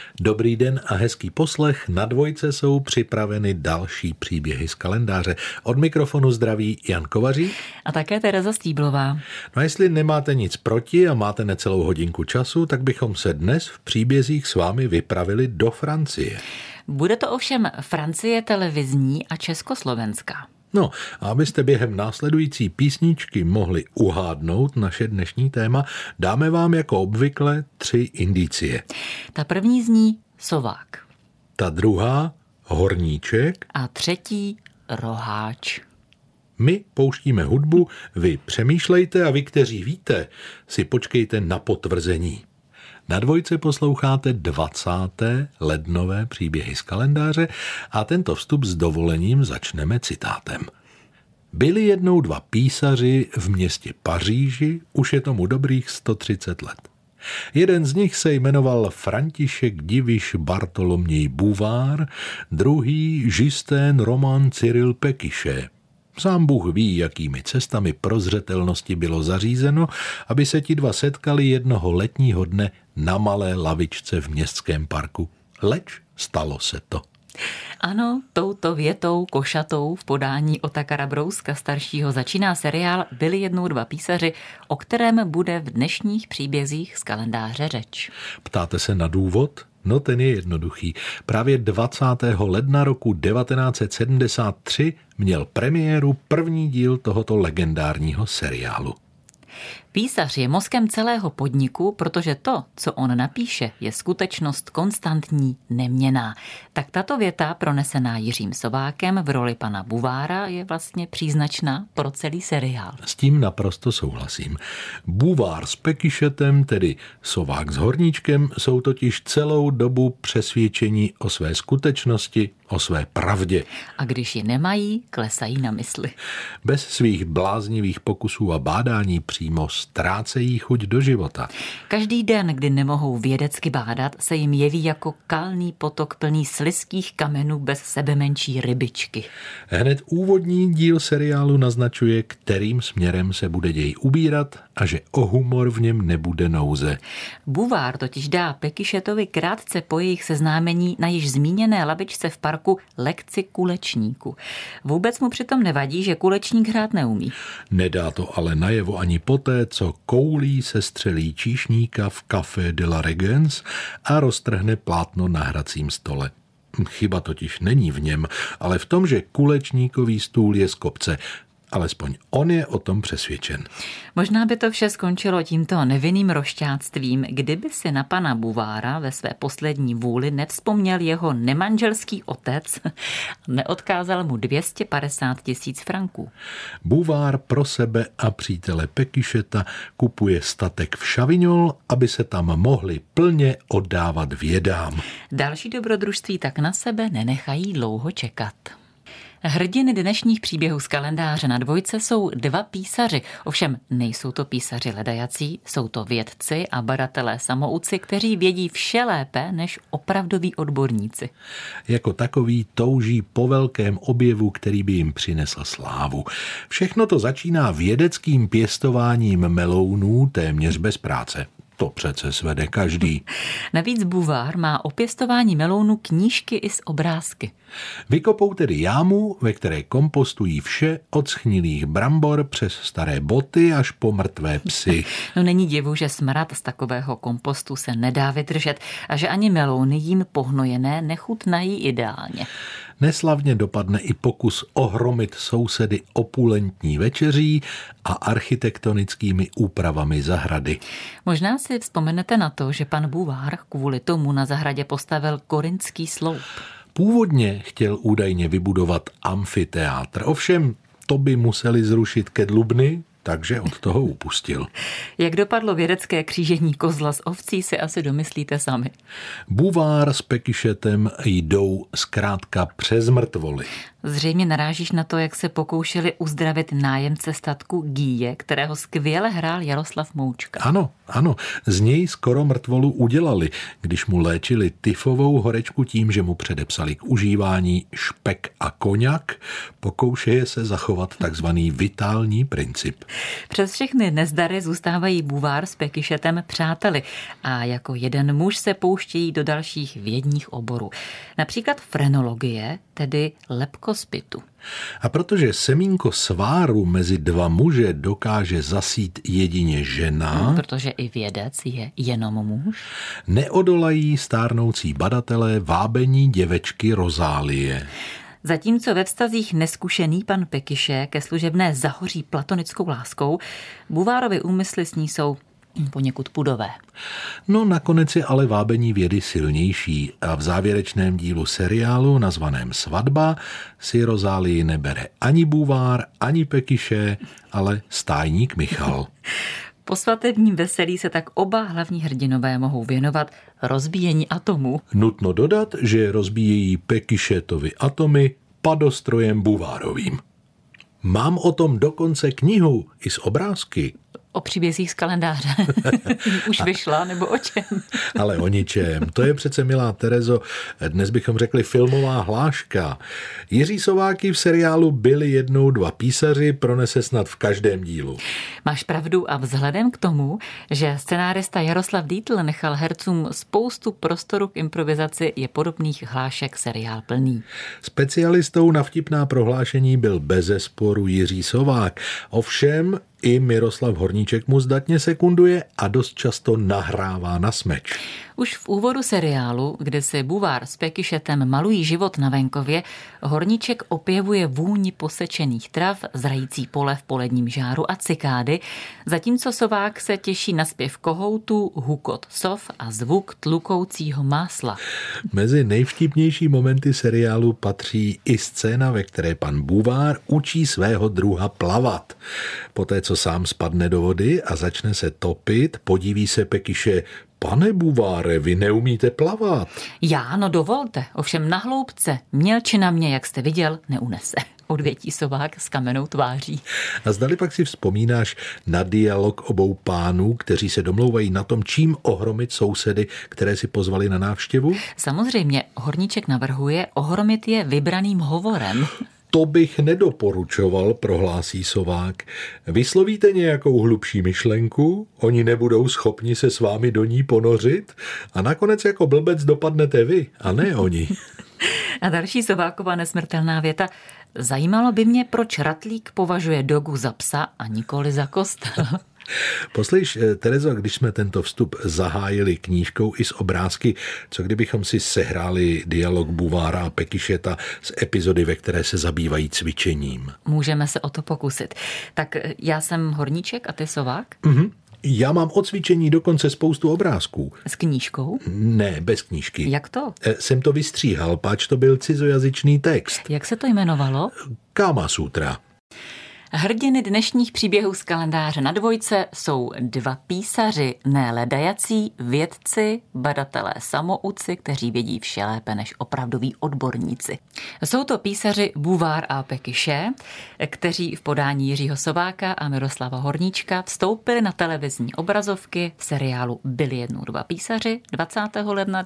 Dobrý den a hezký poslech. Na Dvojce jsou připraveny další příběhy z kalendáře. Od mikrofonu zdraví Jan Kovařík a také Tereza Stýblová. No a jestli nemáte nic proti a máte necelou hodinku času, tak bychom se dnes v příbězích s vámi vypravili do Francie. Bude to ovšem Francie televizní a československá. No, a abyste během následující písničky mohli uhádnout naše dnešní téma, dáme vám jako obvykle 3 indicie. Ta první zní Sovák. Ta druhá Horníček. A třetí Roháč. My pouštíme hudbu, vy přemýšlejte a vy, kteří víte, si počkejte na potvrzení. Na Dvojce posloucháte 20. lednové příběhy z kalendáře a tento vstup s dovolením začneme citátem. Byli jednou 2 písaři v městě Paříži, už je tomu dobrých 130 let. Jeden z nich se jmenoval František Diviš Bartoloměj Bouvard, druhý Justin Roman Cyril Pécuchet. Sám Bůh ví, jakými cestami prozřetelnosti bylo zařízeno, aby se ti 2 setkali jednoho letního dne na malé lavičce v městském parku. Leč stalo se to. Ano, touto větou košatou v podání Otakara Brouska staršího začíná seriál Byli jednou 2 písaři, o kterém bude v dnešních příbězích z kalendáře řeč. Ptáte se na důvod? No ten je jednoduchý. Právě 20. ledna roku 1973 měl premiéru první díl tohoto legendárního seriálu. Písař je mozkem celého podniku, protože to, co on napíše, je skutečnost konstantní, neměnná. Tak tato věta, pronesená Jiřím Sovákem v roli pana Bouvarda, je vlastně příznačná pro celý seriál. S tím naprosto souhlasím. Bouvard s Pécuchetem, tedy Sovák s Horníčkem, jsou totiž celou dobu přesvědčení o své skutečnosti, o své pravdě. A když ji nemají, klesají na mysli. Bez svých bláznivých pokusů a bádání přímo ztrácejí chuť do života. Každý den, kdy nemohou vědecky bádat, se jim jeví jako kalný potok plný slizkých kamenů bez sebemenší rybičky. Hned úvodní díl seriálu naznačuje, kterým směrem se bude děj ubírat a že o humor v něm nebude nouze. Bouvard totiž dá Pécuchetovi krátce po jejich seznámení na již zmíněné lavičce v parku lekci kulečníku. Vůbec mu přitom nevadí, že kulečník hrát neumí. Nedá to ale najevo ani poté, co koulí se střelí číšníka v Café de la Régence a roztrhne plátno na hracím stole. Chyba totiž není v něm, ale v tom, že kulečníkový stůl je z kopce. Alespoň on je o tom přesvědčen. Možná by to vše skončilo tímto nevinným rošťáctvím, kdyby si na pana Bouvarda ve své poslední vůli nevzpomněl jeho nemanželský otec a neodkázal mu 250 000 franků. Bouvard pro sebe a přítele Pécucheta kupuje statek v Chavignol, aby se tam mohli plně oddávat vědám. Další dobrodružství tak na sebe nenechají dlouho čekat. Hrdiny dnešních příběhů z kalendáře na Dvojce jsou 2 písaři. Ovšem nejsou to písaři ledajací, jsou to vědci a badatelé samouci, kteří vědí vše lépe než opravdoví odborníci. Jako takový touží po velkém objevu, který by jim přinesl slávu. Všechno to začíná vědeckým pěstováním melounů téměř bez práce. To přece svede každý. Navíc Bouvard má o pěstování melounu knížky i s obrázky. Vykopou tedy jámu, ve které kompostují vše od schnilých brambor přes staré boty až po mrtvé psy. No není divu, že smrad z takového kompostu se nedá vydržet a že ani melouny jím pohnojené nechutnají ideálně. Neslavně dopadne i pokus ohromit sousedy opulentní večeří a architektonickými úpravami zahrady. Možná si vzpomenete na to, že pan Bouvard kvůli tomu na zahradě postavil korintský sloup. Původně chtěl údajně vybudovat amfiteátr, ovšem to by museli zrušit kedlubny, takže od toho upustil. Jak dopadlo vědecké křížení kozla s ovcí, si asi domyslíte sami. Bouvard s Pécuchetem jdou zkrátka přes mrtvoly. Zřejmě narážíš na to, jak se pokoušeli uzdravit nájemce statku Gíje, kterého skvěle hrál Jaroslav Moučka. Ano, z něj skoro mrtvolu udělali, když mu léčili tyfovou horečku tím, že mu předepsali k užívání špek a koňak, pokoušeje se zachovat takzvaný vitální princip. Přes všechny nezdary zůstávají Bouvard s Pécuchetem přáteli a jako jeden muž se pouštějí do dalších vědních oborů. Například frenologie, tedy lepkospytu. A protože semínko sváru mezi dva muže dokáže zasít jedině žena, protože i vědec je jenom muž, neodolají stárnoucí badatelé vábení děvečky Rozálie. Zatímco ve vztazích neskušený pan Pécuchet ke služebné zahoří platonickou láskou, Bouvardovy úmysly s ní jsou poněkud pudové. No nakonec je ale vábení vědy silnější a v závěrečném dílu seriálu nazvaném Svatba si Rozálii nebere ani Bouvard, ani Pécuchet, ale stájník Michal. Po svatebním veselí se tak oba hlavní hrdinové mohou věnovat rozbíjení atomů. Nutno dodat, že rozbíjejí Pécuchetovi atomy padostrojem Bouvardovým. Mám o tom dokonce knihu i s obrázky. O příbězích z kalendáře. Už vyšla, nebo o čem? Ale o ničem. To je přece, milá Terezo, dnes bychom řekli filmová hláška. Jiří Sováky v seriálu Byli jednou dva písaři pronese snad v každém dílu. Máš pravdu a vzhledem k tomu, že scenárista Jaroslav Dietl nechal hercům spoustu prostoru k improvizaci, je podobných hlášek seriál plný. Specialistou na vtipná prohlášení byl bezesporu Jiří Sovák. Ovšem i Miroslav Horníček mu zdatně sekunduje a dost často nahrává na smeč. Už v úvodu seriálu, kde se Bouvard s Pécuchetem malují život na venkově, Horníček opěvuje vůni posečených trav, zrající pole v poledním žáru a cikády, zatímco Sovák se těší na zpěv kohoutů, hukot sov a zvuk tlukoucího másla. Mezi nejvtipnější momenty seriálu patří i scéna, ve které pan Bouvard učí svého druha plavat. Poté, co sám spadne do vody a začne se topit, podíví se Pécuchet: Pane Bouvarde, vy neumíte plavat. Já, no dovolte, ovšem na hloubce, mělčina mě, jak jste viděl, neunese. Odvětí Sovák s kamennou tváří. A zdali pak si vzpomínáš na dialog obou pánů, kteří se domlouvají na tom, čím ohromit sousedy, které si pozvali na návštěvu? Samozřejmě, Horníček navrhuje ohromit je vybraným hovorem. To bych nedoporučoval, prohlásí Sovák. Vyslovíte nějakou hlubší myšlenku, oni nebudou schopni se s vámi do ní ponořit a nakonec jako blbec dopadnete vy, a ne oni. A další Sovákova nesmrtelná věta: zajímalo by mě, proč Ratlík považuje dogu za psa a nikoli za kostel. Poslyš, Terezo, když jsme tento vstup zahájili knížkou i s obrázky, co kdybychom si sehráli dialog Bouvarda a Pécucheta z epizody, ve které se zabývají cvičením? Můžeme se o to pokusit. Tak já jsem Horníček a ty Sovák? Já mám o cvičení dokonce spoustu obrázků. S knížkou? Ne, bez knížky. Jak to? Jsem to vystříhal, páč to byl cizojazyčný text. Jak se to jmenovalo? Kama Sutra. Hrdiny dnešních příběhů z kalendáře na dvojce jsou dva písaři, ne ledajací, vědci, badatelé samouci, kteří vědí vše lépe než opravdoví odborníci. Jsou to písaři Bouvard a Pécuchet, kteří v podání Jiřího Sováka a Miroslava Horníčka vstoupili na televizní obrazovky v seriálu Byli jednou dva písaři 20. ledna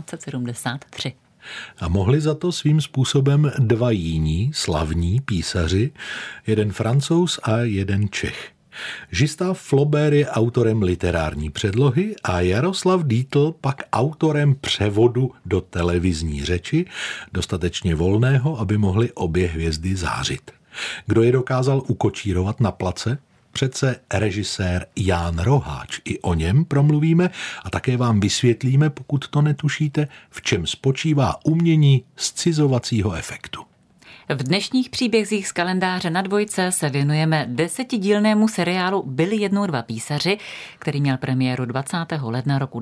1973. A mohli za to svým způsobem dva jiní slavní písaři, jeden Francouz a jeden Čech. Gustave Flaubert je autorem literární předlohy a Jaroslav Dietl pak autorem převodu do televizní řeči, dostatečně volného, aby mohly obě hvězdy zářit. Kdo je dokázal ukočírovat na place? Přece režisér Ján Roháč. I o něm promluvíme a také vám vysvětlíme, pokud to netušíte, v čem spočívá umění scizovacího efektu. V dnešních příbězích z kalendáře na dvojce se věnujeme 10dílnému seriálu Byli jednou dva písaři, který měl premiéru 20. ledna roku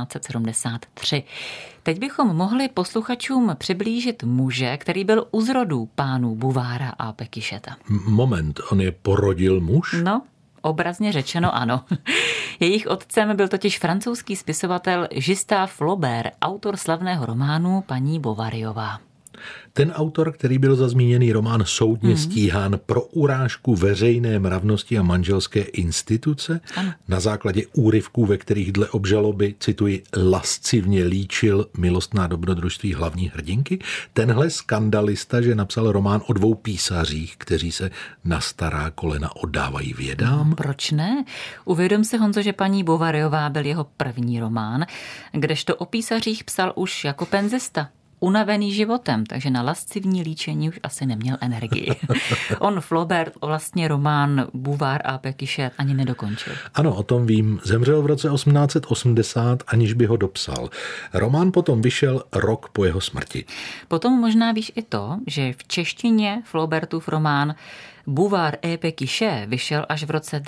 1973. Teď bychom mohli posluchačům přiblížit muže, který byl u zrodu pánů Bouvarda a Pécucheta. Moment, on je porodil muž? No, obrazně řečeno ano. Jejich otcem byl totiž francouzský spisovatel Gustave Flaubert, autor slavného románu Paní Bovaryová. Ten autor, který byl za zmíněný román soudně stíhán pro urážku veřejné mravnosti a manželské instituce, na základě úryvků, ve kterých dle obžaloby, cituji, lascivně líčil milostná dobrodružství hlavní hrdinky, tenhle skandalista, že napsal román o dvou písařích, kteří se na stará kolena oddávají vědám. Proč ne? Uvědom si, Honzo, že paní Bovaryová byl jeho první román, kdežto o písařích psal už jako penzista. Unavený životem, takže na lascivní líčení už asi neměl energii. On Flaubert vlastně román Bouvard a Pécuchet ani nedokončil. Ano, o tom vím. Zemřel v roce 1880, aniž by ho dopsal. Román potom vyšel rok po jeho smrti. Potom možná víš i to, že v češtině Flaubertův román Bouvard et Pécuchet vyšel až v roce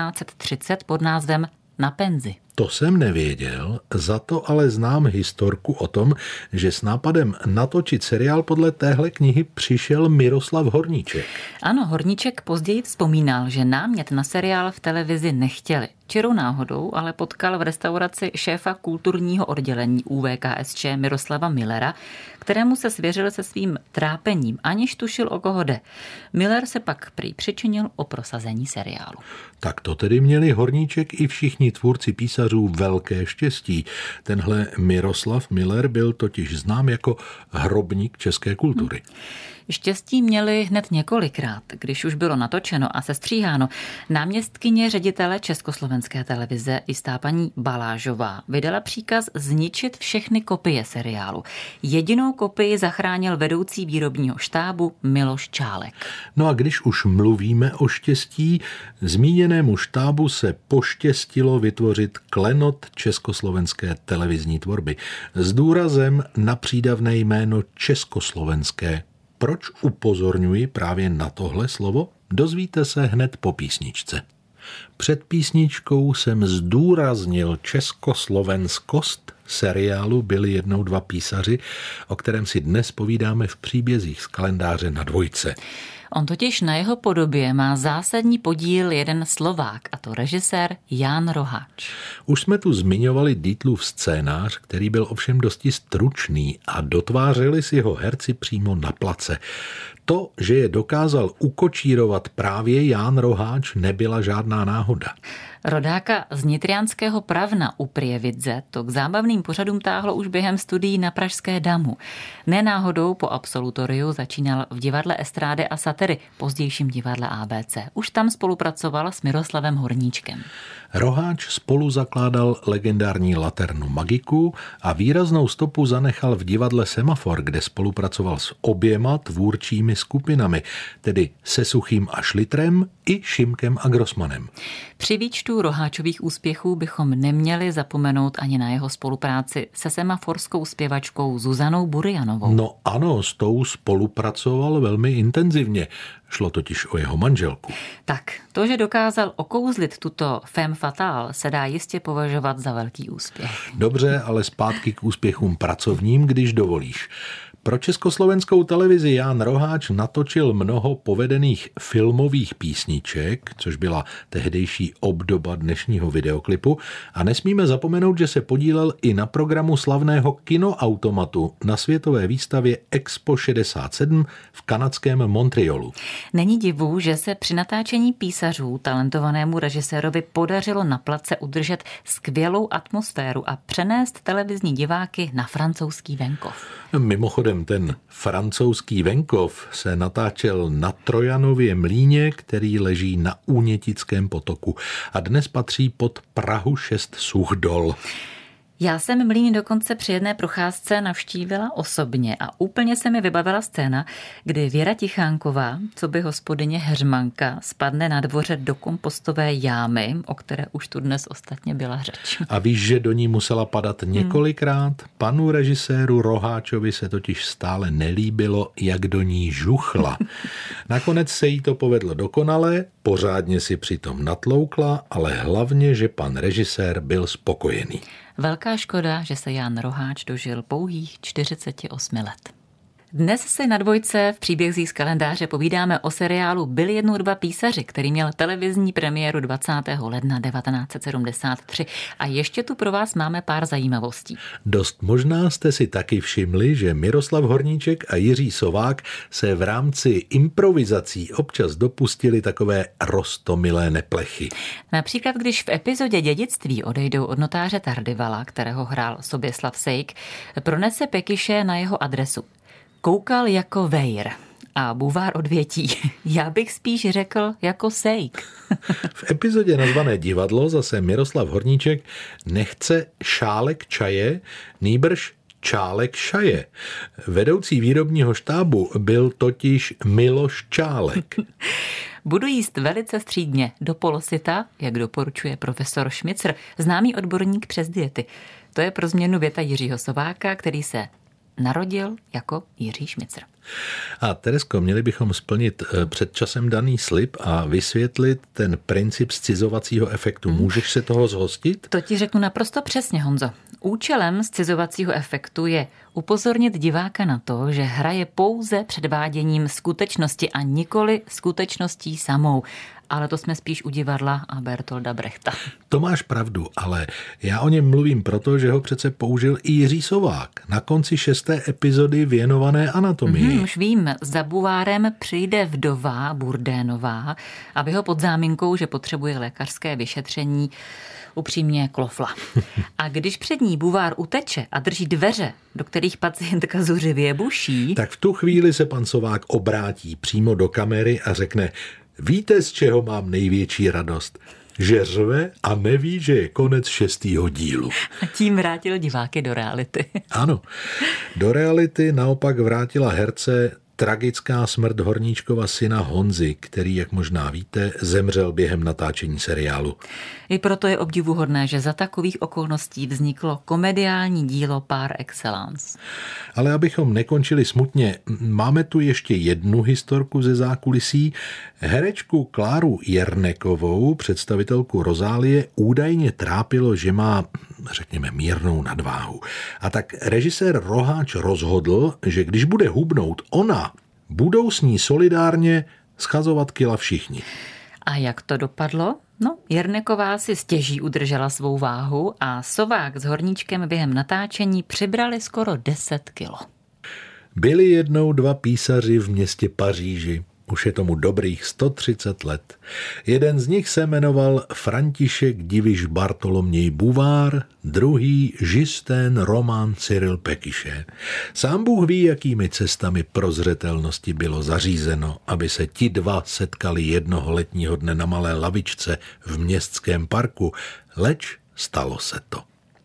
1930 pod názvem Na penzi. To jsem nevěděl, za to ale znám historku o tom, že s nápadem natočit seriál podle téhle knihy přišel Miroslav Horníček. Ano, Horníček později vzpomínal, že námět na seriál v televizi nechtěli. Čirou náhodou ale potkal v restauraci šéfa kulturního oddělení ÚVKSČ Miroslava Millera, kterému se svěřil se svým trápením, aniž tušil, o koho jde. Miller se pak prý přičinil o prosazení seriálu. Tak to tedy měli Horníček i všichni tvůrci písařů velké štěstí. Tenhle Miroslav Miller byl totiž znám jako hrobník české kultury. Štěstí měli hned několikrát, když už bylo natočeno a sestříháno. Náměstkyně ředitele Československé televize, jistá paní Balážová, vydala příkaz zničit všechny kopie seriálu. Jedinou kopii zachránil vedoucí výrobního štábu Miloš Čálek. No a když už mluvíme o štěstí, zmíněnému štábu se poštěstilo vytvořit klenot československé televizní tvorby s důrazem na přídavné jméno československé. Proč upozorňuji právě na tohle slovo? Dozvíte se hned po písničce. Před písničkou jsem zdůraznil československost seriálu Byli jednou dva písaři, o kterém si dnes povídáme v příbězích z kalendáře Na dvojce. On totiž na jeho podobě má zásadní podíl jeden Slovák, a to režisér Jan Roháč. Už jsme tu zmiňovali Dietlův scénář, který byl ovšem dosti stručný a dotvářeli si ho herci přímo na place. To, že je dokázal ukočírovat právě Jan Roháč, nebyla žádná náhoda. Rodáka z nitriánského Pravna u Prievidze to k zábavným pořadům táhlo už během studií na pražské Damu. Nenáhodou po absolutoriu začínal v divadle Estrády a Satyry, pozdějším divadle ABC. Už tam spolupracoval s Miroslavem Horníčkem. Roháč spolu zakládal legendární Laternu Magiku a výraznou stopu zanechal v divadle Semafor, kde spolupracoval s oběma tvůrčími skupinami, tedy se Suchým a Šlitrem i Šimkem a Grossmanem. Při výčtu Roháčových úspěchů bychom neměli zapomenout ani na jeho spolupráci se semaforskou zpěvačkou Zuzanou Burianovou. No ano, s tou spolupracoval velmi intenzivně. Šlo totiž o jeho manželku. Tak, to, že dokázal okouzlit tuto femme fatale, se dá jistě považovat za velký úspěch. Dobře, ale zpátky k úspěchům pracovním, když dovolíš. Pro československou televizi Jan Roháč natočil mnoho povedených filmových písniček, což byla tehdejší obdoba dnešního videoklipu, a nesmíme zapomenout, že se podílel i na programu slavného Kinoautomatu na světové výstavě Expo 67 v kanadském Montrealu. Není divu, že se při natáčení Písařů talentovanému režisérovi podařilo na place udržet skvělou atmosféru a přenést televizní diváky na francouzský venkov. Mimochodem, ten francouzský venkov se natáčel na Trojanově mlýně, který leží na Únětickém potoku a dnes patří pod Prahu 6 Suchdol. Já jsem mlýn dokonce při jedné procházce navštívila osobně a úplně se mi vybavila scéna, kdy Věra Tichánková, coby hospodyně Heřmanka, spadne na dvoře do kompostové jámy, o které už tu dnes ostatně byla řeč. A víš, že do ní musela padat několikrát? Panu režiséru Roháčovi se totiž stále nelíbilo, jak do ní žuchla. Nakonec se jí to povedlo dokonale, pořádně si přitom natloukla, ale hlavně, že pan režisér byl spokojený. Velká škoda, že se Jan Roháč dožil pouhých 48 let. Dnes si na Dvojce v příbězích z kalendáře povídáme o seriálu Byli jednou dva písaři, který měl televizní premiéru 20. ledna 1973. A ještě tu pro vás máme pár zajímavostí. Dost možná jste si taky všimli, že Miroslav Horníček a Jiří Sovák se v rámci improvizací občas dopustili takové roztomilé neplechy. Například, když v epizodě Dědictví odejdou od notáře Tardyvala, kterého hrál Soběslav Sejk, pronese Pekyše na jeho adresu. Koukal jako vejr. A Buvár odvětí. Já bych spíš řekl jako Sejk. V epizodě nazvané Divadlo zase Miroslav Horníček nechce šálek čaje, nýbrž čálek šaje. Vedoucí výrobního štábu byl totiž Miloš Čálek. Budu jíst velice střídně, do polosyta, jak doporučuje profesor Šmicr, známý odborník přes diety. To je pro změnu věta Jiřího Sováka, který se narodil jako Jiří Šmicr. A Teresko, měli bychom splnit před časem daný slib a vysvětlit ten princip scizovacího efektu. Můžeš se toho zhostit? To ti řeknu naprosto přesně, Honzo. Účelem scizovacího efektu je upozornit diváka na to, že hraje pouze předváděním skutečnosti a nikoli skutečností samou. Ale to jsme spíš u divadla a Bertolda Brechta. To máš pravdu, ale já o něm mluvím proto, že ho přece použil i Jiří Sovák na konci 6. epizody věnované anatomii. Už vím, za Buvárem přijde vdova Burdénová, aby ho pod záminkou, že potřebuje lékařské vyšetření, upřímně klofla. A když před ní Buvár uteče a drží dveře, do kterých pacientka zuřivě buší, tak v tu chvíli se pan Sovák obrátí přímo do kamery a řekne: víte, z čeho mám největší radost? Že řve a neví, že je konec 6. dílu. A tím vrátil diváky do reality. Ano, do reality naopak vrátila herce tragická smrt Horníčkova syna Honzy, který, jak možná víte, zemřel během natáčení seriálu. I proto je obdivuhodné, že za takových okolností vzniklo komediální dílo par excellence. Ale abychom nekončili smutně, máme tu ještě jednu historku ze zákulisí. Herečku Kláru Jernekovou, představitelku Rozálie, údajně trápilo, že má, řekněme, mírnou nadváhu. A tak režisér Roháč rozhodl, že když bude hubnout ona, budou s ní solidárně schazovat kila všichni. A jak to dopadlo? No, Jerneková si stěží udržela svou váhu a Sovák s Horníčkem během natáčení přibrali skoro 10 kilo. Byli jednou dva písaři v městě Paříži. Už je tomu dobrých 130 let. Jeden z nich se jmenoval František Diviš Bartoloměj Buvár, druhý Justin Roman Cyril Pekyše. Sám Bůh ví, jakými cestami prozřetelnosti bylo zařízeno, aby se ti dva setkali jednoho letního dne na malé lavičce v městském parku, leč stalo se to.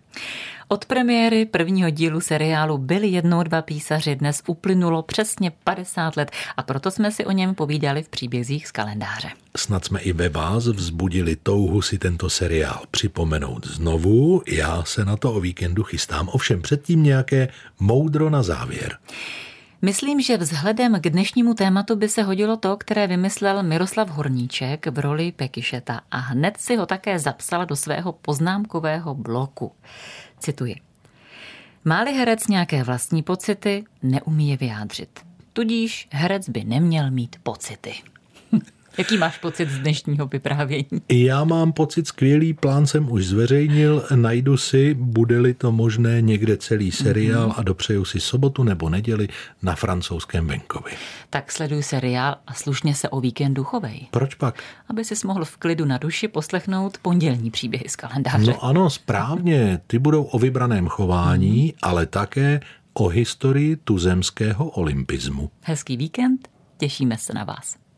Od premiéry prvního dílu seriálu Byli jednou dva písaři dnes uplynulo přesně 50 let a proto jsme si o něm povídali v příbězích z kalendáře. Snad jsme i ve vás vzbudili touhu si tento seriál připomenout znovu. Já se na to o víkendu chystám, ovšem předtím nějaké moudro na závěr. Myslím, že vzhledem k dnešnímu tématu by se hodilo to, které vymyslel Miroslav Horníček v roli Pekyšeta a hned si ho také zapsal do svého poznámkového bloku. Cituji. Má-li herec nějaké vlastní pocity, neumí je vyjádřit. Tudíž herec by neměl mít pocity. Jaký máš pocit z dnešního vyprávění? Já mám pocit skvělý, plán jsem už zveřejnil, najdu si, bude-li to možné, někde celý seriál a dopřeju si sobotu nebo neděli na francouzském venkově. Tak sleduj seriál a slušně se o víkendu chovej. Proč pak? Aby si mohl v klidu na duši poslechnout pondělní příběhy z kalendáře. No ano, správně, ty budou o vybraném chování, ale také o historii tuzemského olympismu. Hezký víkend, těšíme se na vás.